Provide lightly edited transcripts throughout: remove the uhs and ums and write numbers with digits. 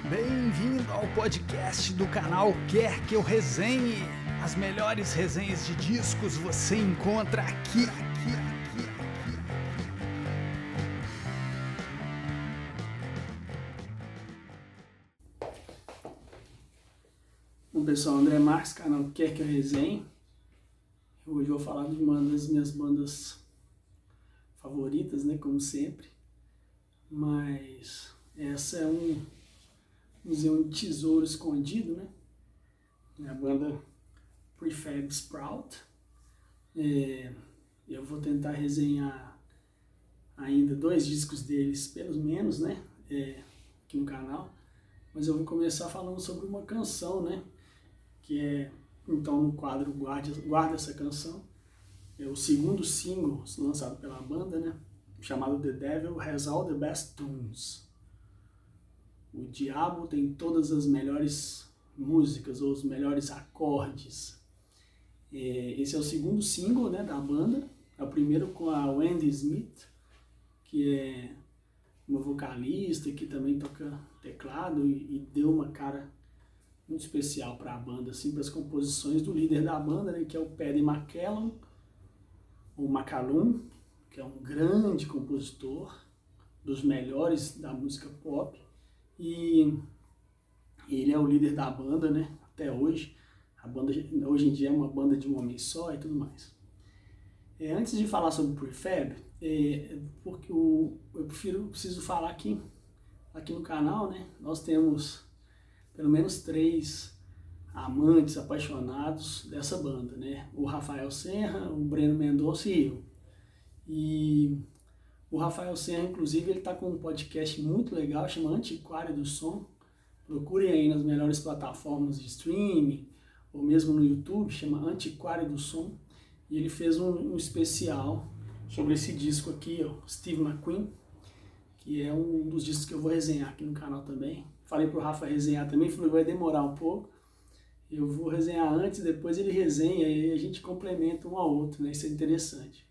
Bem-vindo ao podcast do canal Quer Que Eu Resenhe. As melhores resenhas de discos você encontra aqui. Bom pessoal, André Marques, canal Quer Que Eu Resenhe. Hoje eu vou falar de uma das minhas bandas favoritas, né, como sempre. Mas essa é um tesouro escondido, né? É a banda Prefab Sprout. Eu vou tentar resenhar ainda 2 discos deles, pelo menos, né? Aqui no canal. Mas eu vou começar falando sobre uma canção, né? Que é, então, no quadro Guarda Essa Canção. É o segundo single lançado pela banda, né? Chamado The Devil Has All the Best Tunes. O diabo tem todas as melhores músicas, ou os melhores acordes. Esse é o segundo single, né, da banda. É o primeiro com a Wendy Smith, que é uma vocalista que também toca teclado e deu uma cara muito especial para a banda, assim, para as composições do líder da banda, né, que é o Paddy McCallum, ou McCallum, que é um grande compositor, dos melhores da música pop. E ele é o líder da banda, né, até hoje. A banda hoje em dia é uma banda de um homem só e tudo mais. Antes de falar sobre Prefab, porque eu preciso falar aqui no canal, né, nós temos pelo menos 3 amantes apaixonados dessa banda, né, o Rafael Serra, o Breno Mendonça e eu. E o Rafael Serra, inclusive, ele está com um podcast muito legal, chama Antiquário do Som. Procurem aí nas melhores plataformas de streaming, ou mesmo no YouTube, chama Antiquário do Som. E ele fez um especial sobre esse disco aqui, ó, Steve McQueen, que é um dos discos que eu vou resenhar aqui no canal também. Falei pro Rafa resenhar também, falei, vai demorar um pouco. Eu vou resenhar antes, depois ele resenha e a gente complementa um ao outro, né? Isso é interessante.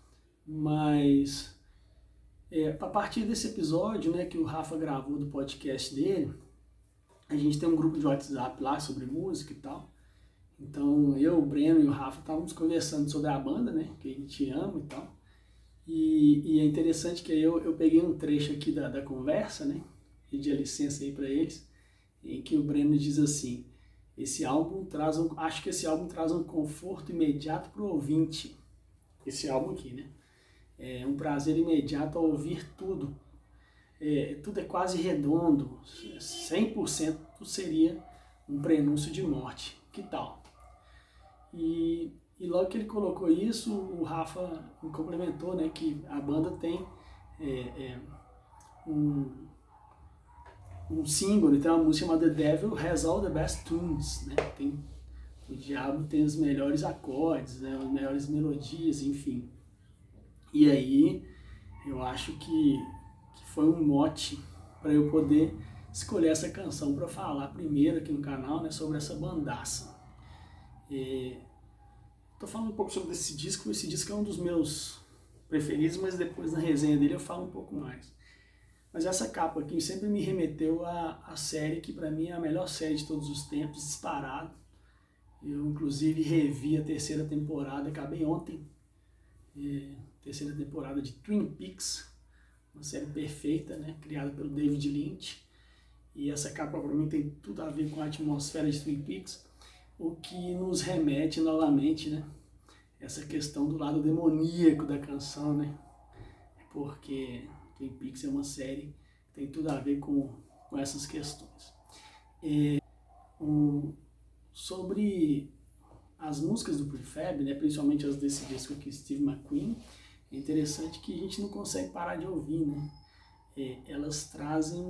Mas a partir desse episódio, né, que o Rafa gravou do podcast dele, a gente tem um grupo de WhatsApp lá sobre música e tal. Então eu, o Breno e o Rafa estávamos conversando sobre a banda, né, que a gente ama e tal. E é interessante que eu peguei um trecho aqui da conversa, né, pedi a licença aí para eles, em que o Breno diz assim: acho que esse álbum traz um conforto imediato para o ouvinte. Esse álbum aqui, né? É um prazer imediato ao ouvir tudo. Tudo é quase redondo, 100% seria um prenúncio de morte. Que tal? E logo que ele colocou isso, o Rafa me complementou, né, que a banda tem um single, então uma música chamada The Devil Has All the Best Tunes, né? O diabo tem os melhores acordes, né, as melhores melodias, enfim. E aí eu acho que foi um mote para eu poder escolher essa canção para falar primeiro aqui no canal, né, sobre essa bandaça. Tô falando um pouco sobre esse disco é um dos meus preferidos, mas depois na resenha dele eu falo um pouco mais. Mas essa capa aqui sempre me remeteu à série que para mim é a melhor série de todos os tempos, disparado. Eu inclusive revi a 3ª temporada, acabei ontem. Terceira temporada de Twin Peaks, uma série perfeita, né, criada pelo David Lynch. E essa capa para mim tem tudo a ver com a atmosfera de Twin Peaks, o que nos remete novamente, né, essa questão do lado demoníaco da canção, né, porque Twin Peaks é uma série que tem tudo a ver com essas questões. Sobre as músicas do Prefab, né, principalmente as desse disco aqui, Steve McQueen, é interessante que a gente não consegue parar de ouvir, né? Elas trazem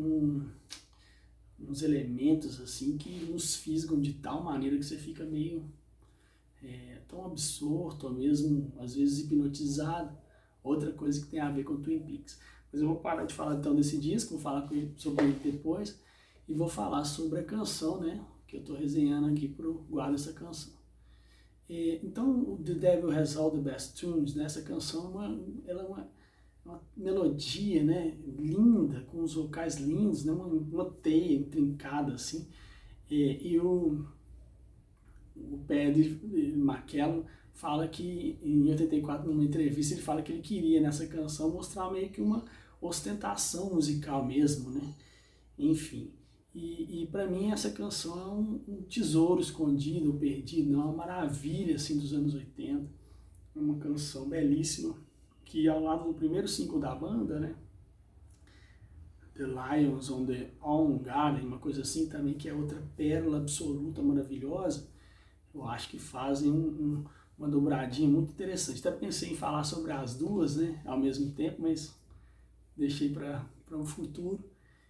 uns elementos assim que nos fisgam de tal maneira que você fica meio tão absorto, ou mesmo às vezes hipnotizado. Outra coisa que tem a ver com Twin Peaks. Mas eu vou parar de falar então desse disco, vou falar sobre ele depois e vou falar sobre a canção, né, que eu estou resenhando aqui pro Guarda Essa Canção. Então, o The Devil Has All the Best Tunes, né, essa canção, ela uma melodia, né, linda, com os vocais lindos, né, uma teia intrincada assim. E o Paddy McCallum fala que, em 84, numa entrevista, ele fala que ele queria nessa canção mostrar meio que uma ostentação musical mesmo, né? Enfim. E para mim essa canção é um tesouro escondido ou perdido, é uma maravilha assim dos anos 80. É uma canção belíssima, que ao lado do primeiro single da banda, né? The Lions on the Own Garden, uma coisa assim também, que é outra pérola absoluta, maravilhosa. Eu acho que fazem uma dobradinha muito interessante. Até pensei em falar sobre as duas, né, ao mesmo tempo, mas deixei para um futuro.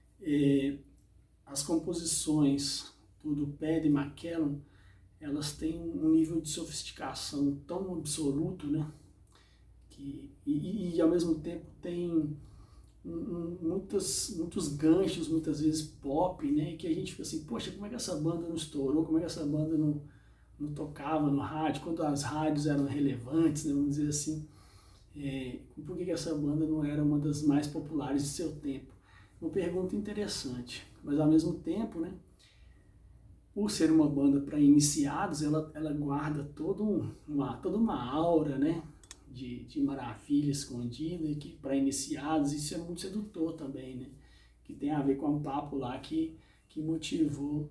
As composições do Paddy McCallum, elas têm um nível de sofisticação tão absoluto, né, e ao mesmo tempo tem muitos ganchos, muitas vezes pop, né, que a gente fica assim, poxa, como é que essa banda não estourou, como é que essa banda não tocava no rádio, quando as rádios eram relevantes, né, vamos dizer assim, por que essa banda não era uma das mais populares de seu tempo? Uma pergunta interessante, mas ao mesmo tempo, né, por ser uma banda para iniciados, ela guarda toda uma aura, né, de maravilha escondida, que para iniciados isso é muito sedutor também, né, que tem a ver com um papo lá que motivou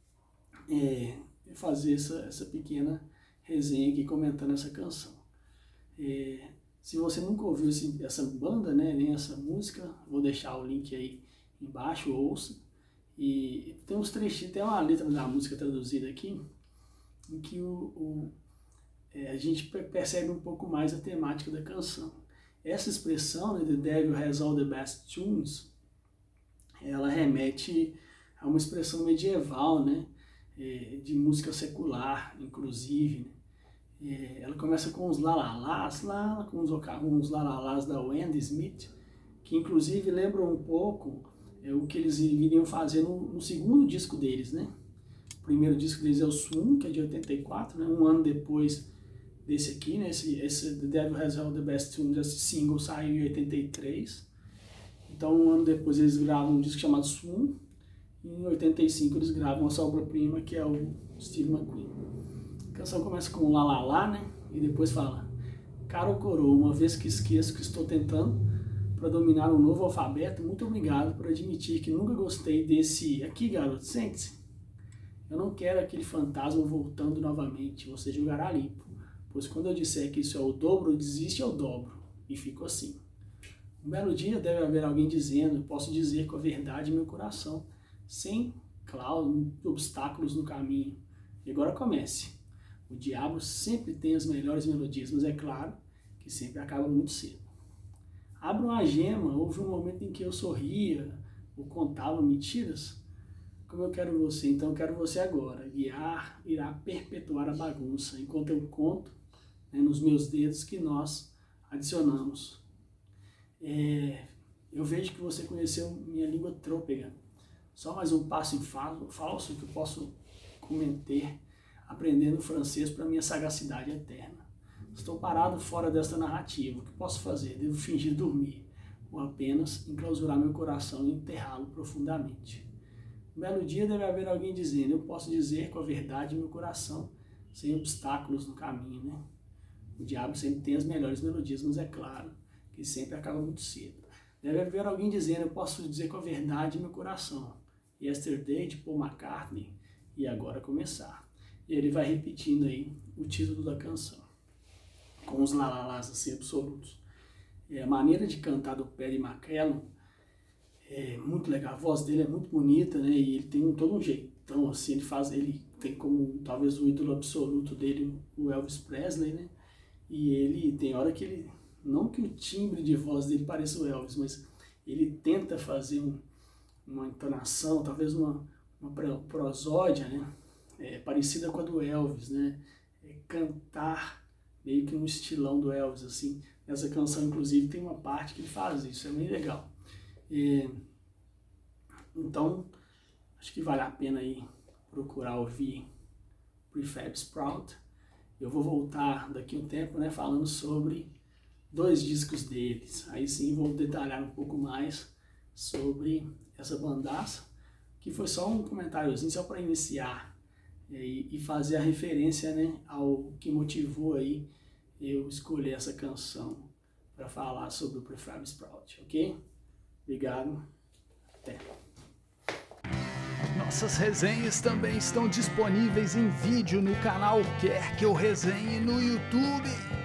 fazer essa pequena resenha aqui comentando essa canção. Se você nunca ouviu essa banda, né, nem essa música, vou deixar o link aí embaixo, ouça. E tem uns trechinhos, tem uma letra da música traduzida aqui, em que a gente percebe um pouco mais a temática da canção. Essa expressão, né, The Devil Has All the Best Tunes, ela remete a uma expressão medieval, né, de música secular, inclusive, né? Ela começa com os lalalás, com uns lalalás da Wendy Smith, que inclusive lembram um pouco o que eles iriam fazer no segundo disco deles, né? O primeiro disco deles é o Swoon, que é de 84, né? Um ano depois desse aqui, né? Esse The Devil Has All the Best Tunes, esse single saiu em 83. Então, um ano depois eles gravam um disco chamado Swoon. E em 85 eles gravam essa obra-prima, que é o Steve McQueen. A canção começa com lá, lá, lá, né? E depois fala: caro coroa, uma vez que esqueço que estou tentando para dominar um novo alfabeto, muito obrigado por admitir que nunca gostei desse... Aqui, garoto, sente-se. Eu não quero aquele fantasma voltando novamente, você jogará limpo. Pois quando eu disser que isso é o dobro, desiste é o dobro. E fico assim. Um belo dia deve haver alguém dizendo, posso dizer com a verdade em meu coração, sem, claro, obstáculos no caminho. E agora comece. O diabo sempre tem as melhores melodias, mas é claro que sempre acaba muito cedo. Abra uma gema, houve um momento em que eu sorria ou contava mentiras. Como eu quero você, então eu quero você agora. Guiar irá perpetuar a bagunça, enquanto eu conto, né, nos meus dedos que nós adicionamos. Eu vejo que você conheceu minha língua trôpega. Só mais um passo em falso que eu posso cometer aprendendo francês para minha sagacidade eterna. Estou parado fora desta narrativa. O que posso fazer? Devo fingir dormir ou apenas enclausurar meu coração e enterrá-lo profundamente. Um belo dia deve haver alguém dizendo, eu posso dizer com a verdade em meu coração, sem obstáculos no caminho, né? O diabo sempre tem as melhores melodias, mas é claro que sempre acaba muito cedo. Deve haver alguém dizendo, eu posso dizer com a verdade em meu coração. Yesterday, de Paul McCartney, e agora começar. E ele vai repetindo aí o título da canção, com os lalalás assim absolutos. A maneira de cantar do Paddy McCallum é muito legal, a voz dele é muito bonita, né? E ele tem todo um jeitão assim, ele tem como talvez o ídolo absoluto dele, o Elvis Presley, né? E ele tem hora que ele, não que o timbre de voz dele pareça o Elvis, mas ele tenta fazer uma entonação, talvez uma prosódia, né? Parecida com a do Elvis, né? Cantar meio que no estilão do Elvis, assim. Nessa canção, inclusive, tem uma parte que ele faz isso, é bem legal. Então, acho que vale a pena aí procurar ouvir Prefab Sprout. Eu vou voltar daqui a um tempo, né, falando sobre 2 discos deles. Aí sim vou detalhar um pouco mais sobre essa bandaça, que foi só um comentáriozinho só para iniciar e fazer a referência, né, ao que motivou aí eu escolher essa canção para falar sobre o Prefab Sprout, ok? Obrigado, até. Nossas resenhas também estão disponíveis em vídeo no canal Quer Que Eu Resenhe no YouTube.